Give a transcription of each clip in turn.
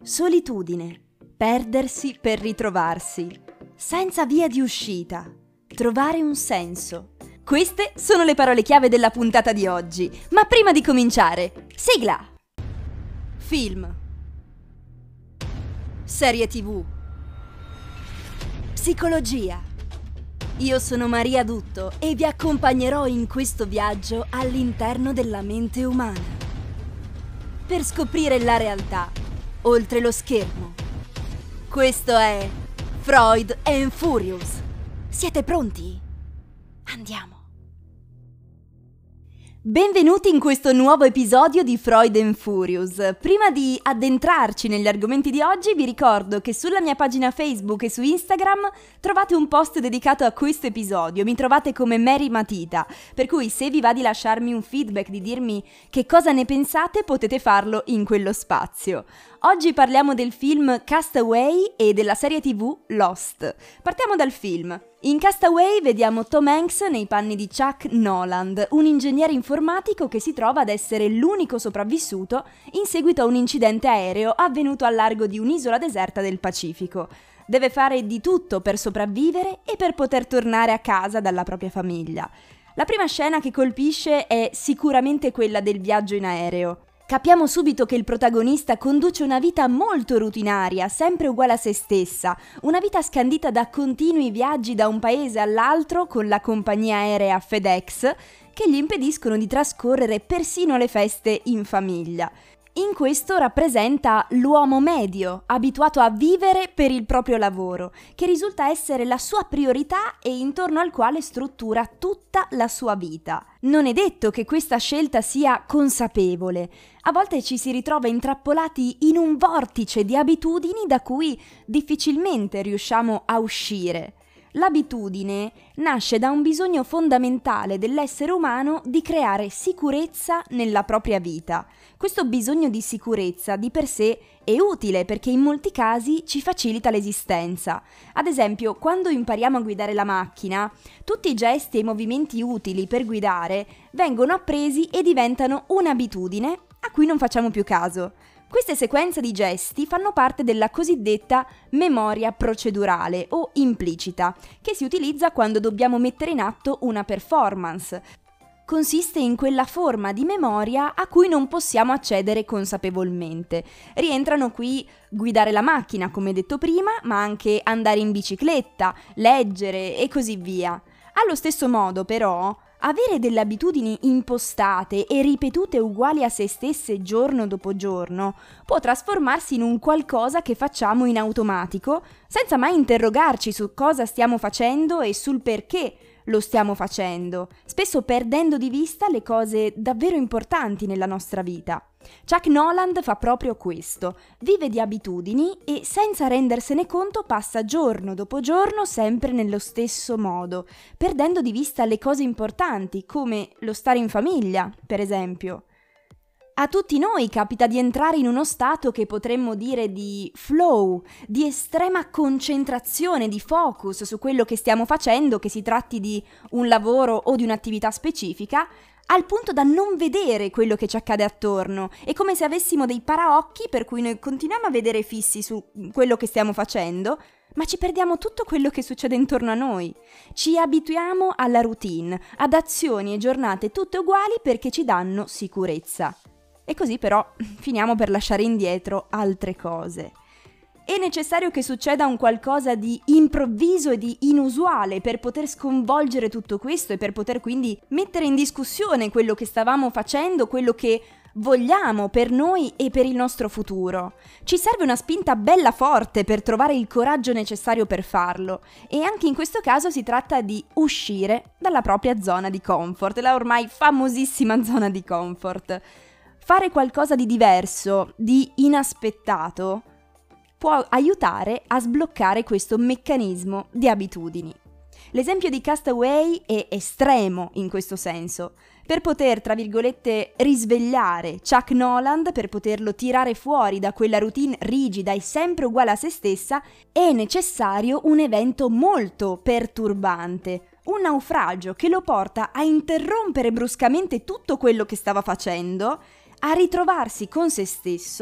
Solitudine, perdersi per ritrovarsi, senza via di uscita, trovare un senso. Queste sono le parole chiave della puntata di oggi, ma prima di cominciare, sigla! Film, serie TV, psicologia. Io sono Maria Dutto e vi accompagnerò in questo viaggio all'interno della mente umana, per scoprire la realtà oltre lo schermo. Questo è Freud and Furious. Siete pronti? Andiamo! Benvenuti in questo nuovo episodio di Freud and Furious. Prima di addentrarci negli argomenti di oggi vi ricordo che sulla mia pagina Facebook e su Instagram trovate un post dedicato a questo episodio, mi trovate come Mary Matita, per cui se vi va di lasciarmi un feedback, di dirmi che cosa ne pensate, potete farlo in quello spazio. Oggi parliamo del film Castaway e della serie TV Lost. Partiamo dal film. In Castaway vediamo Tom Hanks nei panni di Chuck Noland, un ingegnere informatico che si trova ad essere l'unico sopravvissuto in seguito a un incidente aereo avvenuto al largo di un'isola deserta del Pacifico. Deve fare di tutto per sopravvivere e per poter tornare a casa dalla propria famiglia. La prima scena che colpisce è sicuramente quella del viaggio in aereo. Capiamo subito che il protagonista conduce una vita molto rutinaria, sempre uguale a se stessa, una vita scandita da continui viaggi da un paese all'altro con la compagnia aerea FedEx, che gli impediscono di trascorrere persino le feste in famiglia. In questo rappresenta l'uomo medio, abituato a vivere per il proprio lavoro, che risulta essere la sua priorità e intorno al quale struttura tutta la sua vita. Non è detto che questa scelta sia consapevole. A volte ci si ritrova intrappolati in un vortice di abitudini da cui difficilmente riusciamo a uscire. L'abitudine nasce da un bisogno fondamentale dell'essere umano di creare sicurezza nella propria vita. Questo bisogno di sicurezza di per sé è utile perché in molti casi ci facilita l'esistenza. Ad esempio, quando impariamo a guidare la macchina, tutti i gesti e i movimenti utili per guidare vengono appresi e diventano un'abitudine a cui non facciamo più caso. Queste sequenze di gesti fanno parte della cosiddetta memoria procedurale o implicita, che si utilizza quando dobbiamo mettere in atto una performance. Consiste in quella forma di memoria a cui non possiamo accedere consapevolmente. Rientrano qui guidare la macchina, come detto prima, ma anche andare in bicicletta, leggere e così via. Allo stesso modo, però, avere delle abitudini impostate e ripetute uguali a se stesse giorno dopo giorno può trasformarsi in un qualcosa che facciamo in automatico senza mai interrogarci su cosa stiamo facendo e sul perché lo stiamo facendo, spesso perdendo di vista le cose davvero importanti nella nostra vita. Chuck Noland fa proprio questo, vive di abitudini e senza rendersene conto passa giorno dopo giorno sempre nello stesso modo, perdendo di vista le cose importanti come lo stare in famiglia, per esempio. A tutti noi capita di entrare in uno stato che potremmo dire di flow, di estrema concentrazione, di focus su quello che stiamo facendo, che si tratti di un lavoro o di un'attività specifica, al punto da non vedere quello che ci accade attorno. È come se avessimo dei paraocchi per cui noi continuiamo a vedere fissi su quello che stiamo facendo, ma ci perdiamo tutto quello che succede intorno a noi. Ci abituiamo alla routine, ad azioni e giornate tutte uguali perché ci danno sicurezza. E così però finiamo per lasciare indietro altre cose. È necessario che succeda un qualcosa di improvviso e di inusuale per poter sconvolgere tutto questo e per poter quindi mettere in discussione quello che stavamo facendo, quello che vogliamo per noi e per il nostro futuro. Ci serve una spinta bella forte per trovare il coraggio necessario per farlo e anche in questo caso si tratta di uscire dalla propria zona di comfort, la ormai famosissima zona di comfort. Fare qualcosa di diverso, di inaspettato, può aiutare a sbloccare questo meccanismo di abitudini. L'esempio di Castaway è estremo in questo senso. Per poter, tra virgolette, risvegliare Chuck Noland, per poterlo tirare fuori da quella routine rigida e sempre uguale a se stessa, è necessario un evento molto perturbante, un naufragio che lo porta a interrompere bruscamente tutto quello che stava facendo, a ritrovarsi con se stesso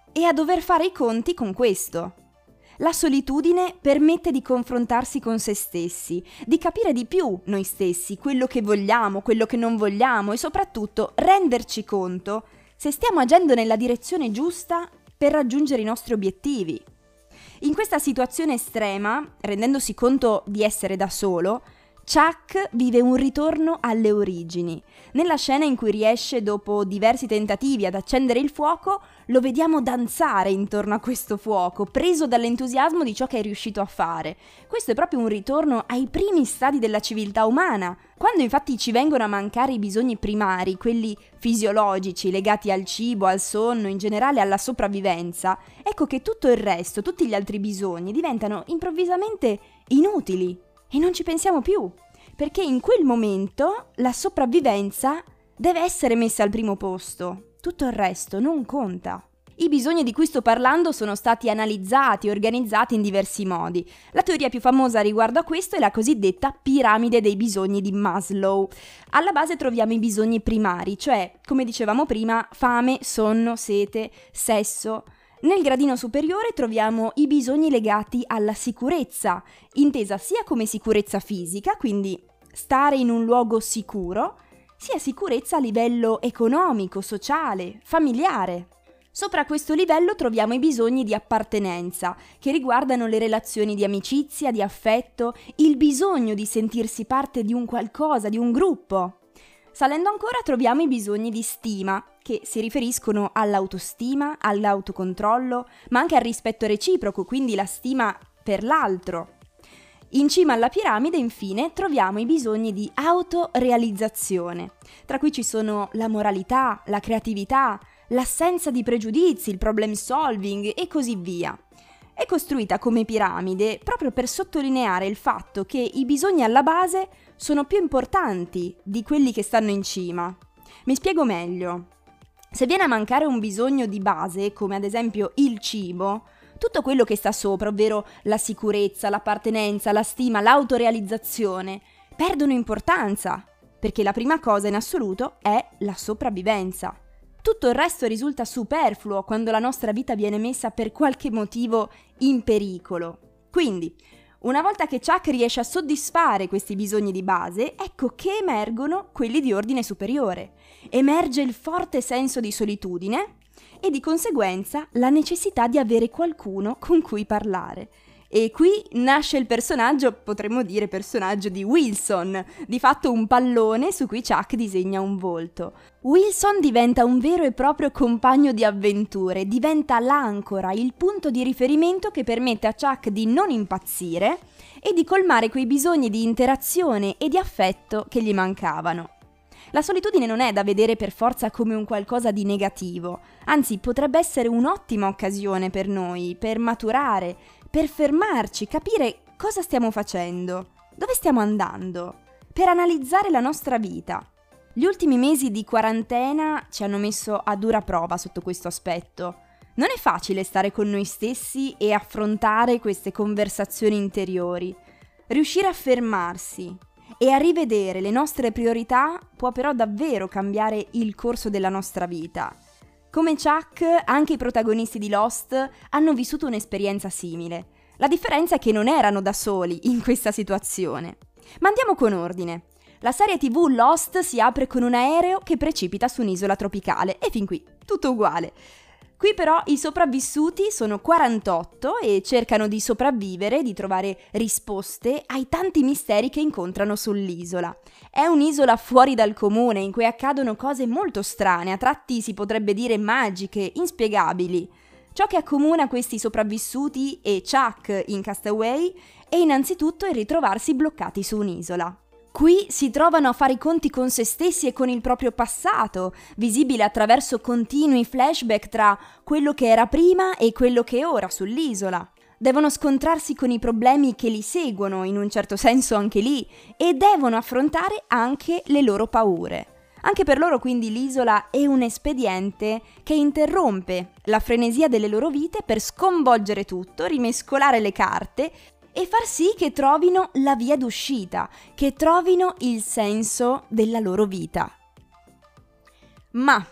e a dover fare i conti con questo. La solitudine permette di confrontarsi con se stessi, di capire di più noi stessi, quello che vogliamo, quello che non vogliamo e soprattutto renderci conto se stiamo agendo nella direzione giusta per raggiungere i nostri obiettivi. In questa situazione estrema, rendendosi conto di essere da solo, Chuck vive un ritorno alle origini. Nella scena in cui riesce, dopo diversi tentativi, ad accendere il fuoco, lo vediamo danzare intorno a questo fuoco, preso dall'entusiasmo di ciò che è riuscito a fare. Questo è proprio un ritorno ai primi stadi della civiltà umana, quando infatti ci vengono a mancare i bisogni primari, quelli fisiologici, legati al cibo, al sonno, in generale alla sopravvivenza. Ecco che tutto il resto, tutti gli altri bisogni, diventano improvvisamente inutili. E non ci pensiamo più, perché in quel momento la sopravvivenza deve essere messa al primo posto. Tutto il resto non conta. I bisogni di cui sto parlando sono stati analizzati e organizzati in diversi modi. La teoria più famosa riguardo a questo è la cosiddetta piramide dei bisogni di Maslow. Alla base troviamo i bisogni primari, cioè, come dicevamo prima, fame, sonno, sete, sesso. Nel gradino superiore troviamo i bisogni legati alla sicurezza, intesa sia come sicurezza fisica, quindi stare in un luogo sicuro, sia sicurezza a livello economico, sociale, familiare. Sopra questo livello troviamo i bisogni di appartenenza, che riguardano le relazioni di amicizia, di affetto, il bisogno di sentirsi parte di un qualcosa, di un gruppo. Salendo ancora troviamo i bisogni di stima, che si riferiscono all'autostima, all'autocontrollo, ma anche al rispetto reciproco, quindi la stima per l'altro. In cima alla piramide, infine, troviamo i bisogni di autorealizzazione, tra cui ci sono la moralità, la creatività, l'assenza di pregiudizi, il problem solving e così via. È costruita come piramide proprio per sottolineare il fatto che i bisogni alla base sono più importanti di quelli che stanno in cima. Mi spiego meglio. Se viene a mancare un bisogno di base, come ad esempio il cibo, tutto quello che sta sopra, ovvero la sicurezza, l'appartenenza, la stima, l'autorealizzazione, perdono importanza, perché la prima cosa in assoluto è la sopravvivenza. Tutto il resto risulta superfluo quando la nostra vita viene messa per qualche motivo in pericolo. Quindi, una volta che Chuck riesce a soddisfare questi bisogni di base, ecco che emergono quelli di ordine superiore. Emerge il forte senso di solitudine e di conseguenza la necessità di avere qualcuno con cui parlare. E qui nasce il personaggio, potremmo dire personaggio di Wilson, di fatto un pallone su cui Chuck disegna un volto. Wilson diventa un vero e proprio compagno di avventure, diventa l'ancora, il punto di riferimento che permette a Chuck di non impazzire e di colmare quei bisogni di interazione e di affetto che gli mancavano. La solitudine non è da vedere per forza come un qualcosa di negativo, anzi potrebbe essere un'ottima occasione per noi, per maturare, per fermarci, capire cosa stiamo facendo, dove stiamo andando, per analizzare la nostra vita. Gli ultimi mesi di quarantena ci hanno messo a dura prova sotto questo aspetto. Non è facile stare con noi stessi e affrontare queste conversazioni interiori. Riuscire a fermarsi e a rivedere le nostre priorità può però davvero cambiare il corso della nostra vita. Come Chuck, anche i protagonisti di Lost hanno vissuto un'esperienza simile. La differenza è che non erano da soli in questa situazione. Ma andiamo con ordine. La serie TV Lost si apre con un aereo che precipita su un'isola tropicale e fin qui tutto uguale. Qui però i sopravvissuti sono 48 e cercano di sopravvivere, di trovare risposte ai tanti misteri che incontrano sull'isola. È un'isola fuori dal comune in cui accadono cose molto strane, a tratti si potrebbe dire magiche, inspiegabili. Ciò che accomuna questi sopravvissuti e Chuck in Castaway è innanzitutto il ritrovarsi bloccati su un'isola. Qui si trovano a fare i conti con se stessi e con il proprio passato, visibile attraverso continui flashback tra quello che era prima e quello che è ora sull'isola. Devono scontrarsi con i problemi che li seguono, in un certo senso anche lì, e devono affrontare anche le loro paure. Anche per loro quindi l'isola è un espediente che interrompe la frenesia delle loro vite per sconvolgere tutto, rimescolare le carte e far sì che trovino la via d'uscita, che trovino il senso della loro vita. Ma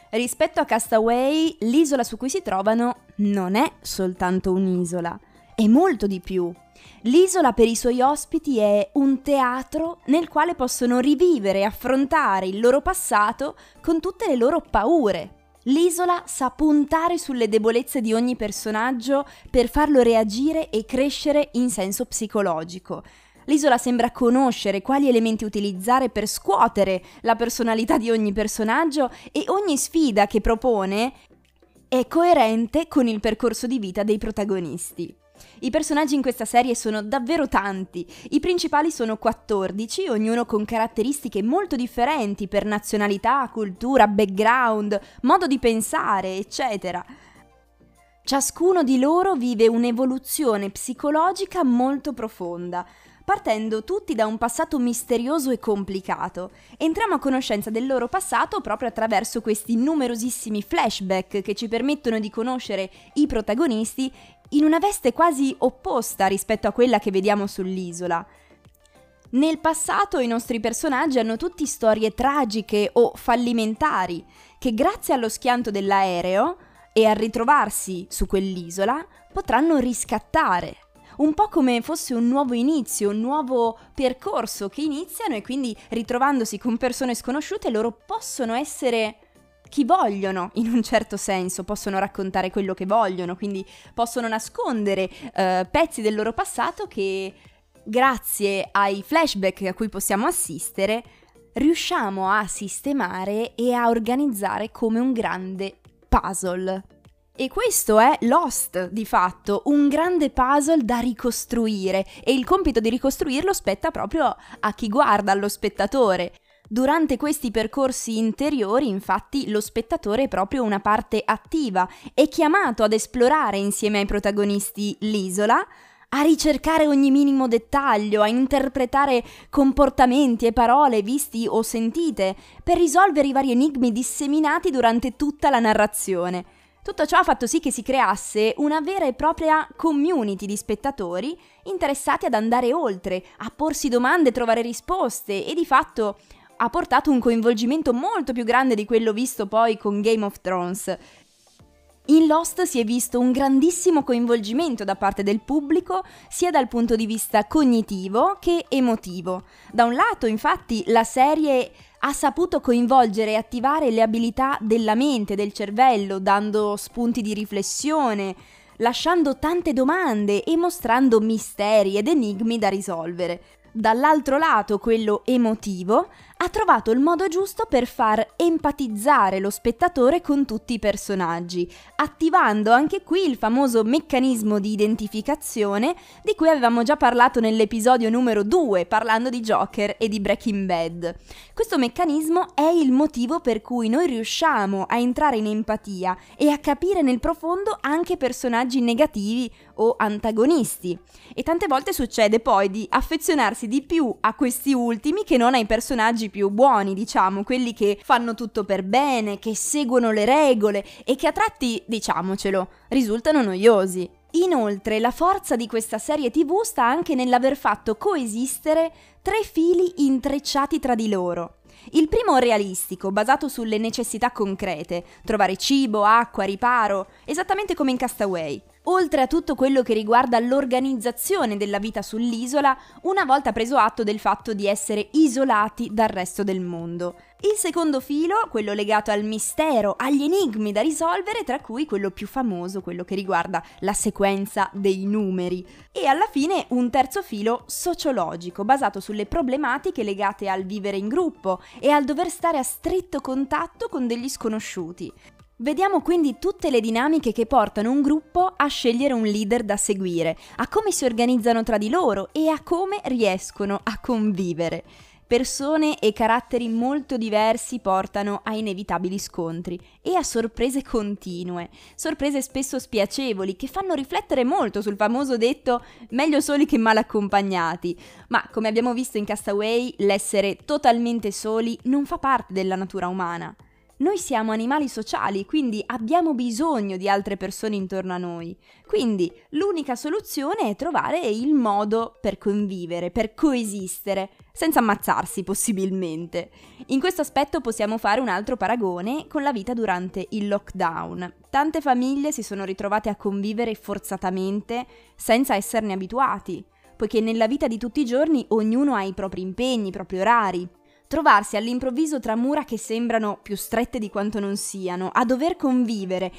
Rispetto a Castaway, l'isola su cui si trovano non è soltanto un'isola, è molto di più. L'isola per i suoi ospiti è un teatro nel quale possono rivivere e affrontare il loro passato con tutte le loro paure. L'isola sa puntare sulle debolezze di ogni personaggio per farlo reagire e crescere in senso psicologico. L'isola sembra conoscere quali elementi utilizzare per scuotere la personalità di ogni personaggio e ogni sfida che propone è coerente con il percorso di vita dei protagonisti. I personaggi in questa serie sono davvero tanti, i principali sono 14, ognuno con caratteristiche molto differenti per nazionalità, cultura, background, modo di pensare, eccetera. Ciascuno di loro vive un'evoluzione psicologica molto profonda, partendo tutti da un passato misterioso e complicato. Entriamo a conoscenza del loro passato proprio attraverso questi numerosissimi flashback che ci permettono di conoscere i protagonisti in una veste quasi opposta rispetto a quella che vediamo sull'isola. Nel passato i nostri personaggi hanno tutti storie tragiche o fallimentari che grazie allo schianto dell'aereo e al ritrovarsi su quell'isola potranno riscattare. Un po' come fosse un nuovo inizio, un nuovo percorso che iniziano e quindi ritrovandosi con persone sconosciute loro possono essere chi vogliono in un certo senso, possono raccontare quello che vogliono, quindi possono nascondere pezzi del loro passato che grazie ai flashback a cui possiamo assistere riusciamo a sistemare e a organizzare come un grande puzzle. E questo è Lost, di fatto, un grande puzzle da ricostruire e il compito di ricostruirlo spetta proprio a chi guarda, allo spettatore. Durante questi percorsi interiori, infatti, lo spettatore è proprio una parte attiva, è chiamato ad esplorare insieme ai protagonisti l'isola, a ricercare ogni minimo dettaglio, a interpretare comportamenti e parole visti o sentite, per risolvere i vari enigmi disseminati durante tutta la narrazione. Tutto ciò ha fatto sì che si creasse una vera e propria community di spettatori interessati ad andare oltre, a porsi domande e trovare risposte e di fatto ha portato un coinvolgimento molto più grande di quello visto poi con Game of Thrones. In Lost si è visto un grandissimo coinvolgimento da parte del pubblico sia dal punto di vista cognitivo che emotivo. Da un lato, infatti, la serie ha saputo coinvolgere e attivare le abilità della mente, del cervello, dando spunti di riflessione, lasciando tante domande e mostrando misteri ed enigmi da risolvere. Dall'altro lato, quello emotivo, ha trovato il modo giusto per far empatizzare lo spettatore con tutti i personaggi, attivando anche qui il famoso meccanismo di identificazione di cui avevamo già parlato nell'episodio numero 2, parlando di Joker e di Breaking Bad. Questo meccanismo è il motivo per cui noi riusciamo a entrare in empatia e a capire nel profondo anche personaggi negativi o antagonisti. E tante volte succede poi di affezionarsi di più a questi ultimi che non ai personaggi più buoni, diciamo, quelli che fanno tutto per bene, che seguono le regole e che a tratti, diciamocelo, risultano noiosi. Inoltre, la forza di questa serie TV sta anche nell'aver fatto coesistere 3 fili intrecciati tra di loro. Il primo realistico, basato sulle necessità concrete, trovare cibo, acqua, riparo, esattamente come in Castaway. Oltre a tutto quello che riguarda l'organizzazione della vita sull'isola, una volta preso atto del fatto di essere isolati dal resto del mondo. Il secondo filo, quello legato al mistero, agli enigmi da risolvere, tra cui quello più famoso, quello che riguarda la sequenza dei numeri. E alla fine un terzo filo sociologico, basato sulle problematiche legate al vivere in gruppo e al dover stare a stretto contatto con degli sconosciuti. Vediamo quindi tutte le dinamiche che portano un gruppo a scegliere un leader da seguire, a come si organizzano tra di loro e a come riescono a convivere. Persone e caratteri molto diversi portano a inevitabili scontri e a sorprese continue, sorprese spesso spiacevoli che fanno riflettere molto sul famoso detto meglio soli che mal accompagnati, ma come abbiamo visto in Castaway, l'essere totalmente soli non fa parte della natura umana. Noi siamo animali sociali, quindi abbiamo bisogno di altre persone intorno a noi. Quindi l'unica soluzione è trovare il modo per convivere, per coesistere, senza ammazzarsi possibilmente. In questo aspetto possiamo fare un altro paragone con la vita durante il lockdown. Tante famiglie si sono ritrovate a convivere forzatamente senza esserne abituati, poiché nella vita di tutti i giorni ognuno ha i propri impegni, i propri orari. Trovarsi all'improvviso tra mura che sembrano più strette di quanto non siano, a dover convivere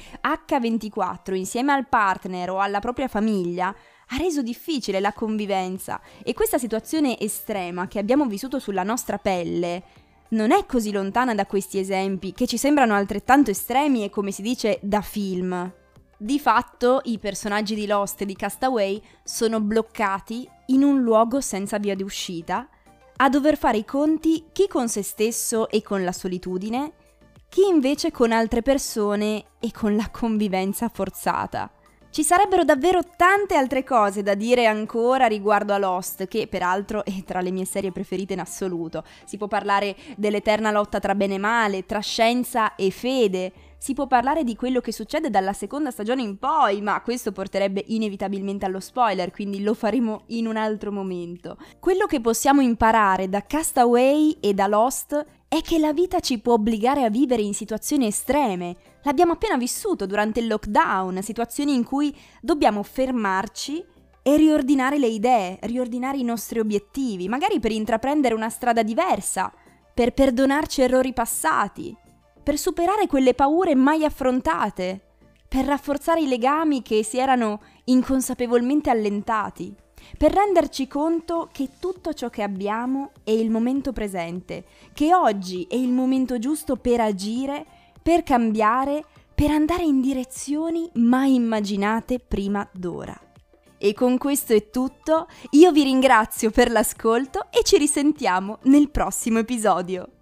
H24 insieme al partner o alla propria famiglia, ha reso difficile la convivenza, e questa situazione estrema che abbiamo vissuto sulla nostra pelle non è così lontana da questi esempi, che ci sembrano altrettanto estremi e, come si dice, da film. Di fatto, i personaggi di Lost e di Castaway sono bloccati in un luogo senza via di uscita, a dover fare i conti chi con se stesso e con la solitudine, chi invece con altre persone e con la convivenza forzata. Ci sarebbero davvero tante altre cose da dire ancora riguardo a Lost, che peraltro è tra le mie serie preferite in assoluto. Si può parlare dell'eterna lotta tra bene e male, tra scienza e fede. Si può parlare di quello che succede dalla seconda stagione in poi, ma questo porterebbe inevitabilmente allo spoiler, quindi lo faremo in un altro momento. Quello che possiamo imparare da Castaway e da Lost è che la vita ci può obbligare a vivere in situazioni estreme. L'abbiamo appena vissuto durante il lockdown, situazioni in cui dobbiamo fermarci e riordinare le idee, riordinare i nostri obiettivi, magari per intraprendere una strada diversa, per perdonarci errori passati, per superare quelle paure mai affrontate, per rafforzare i legami che si erano inconsapevolmente allentati, per renderci conto che tutto ciò che abbiamo è il momento presente, che oggi è il momento giusto per agire, per cambiare, per andare in direzioni mai immaginate prima d'ora. E con questo è tutto, io vi ringrazio per l'ascolto e ci risentiamo nel prossimo episodio.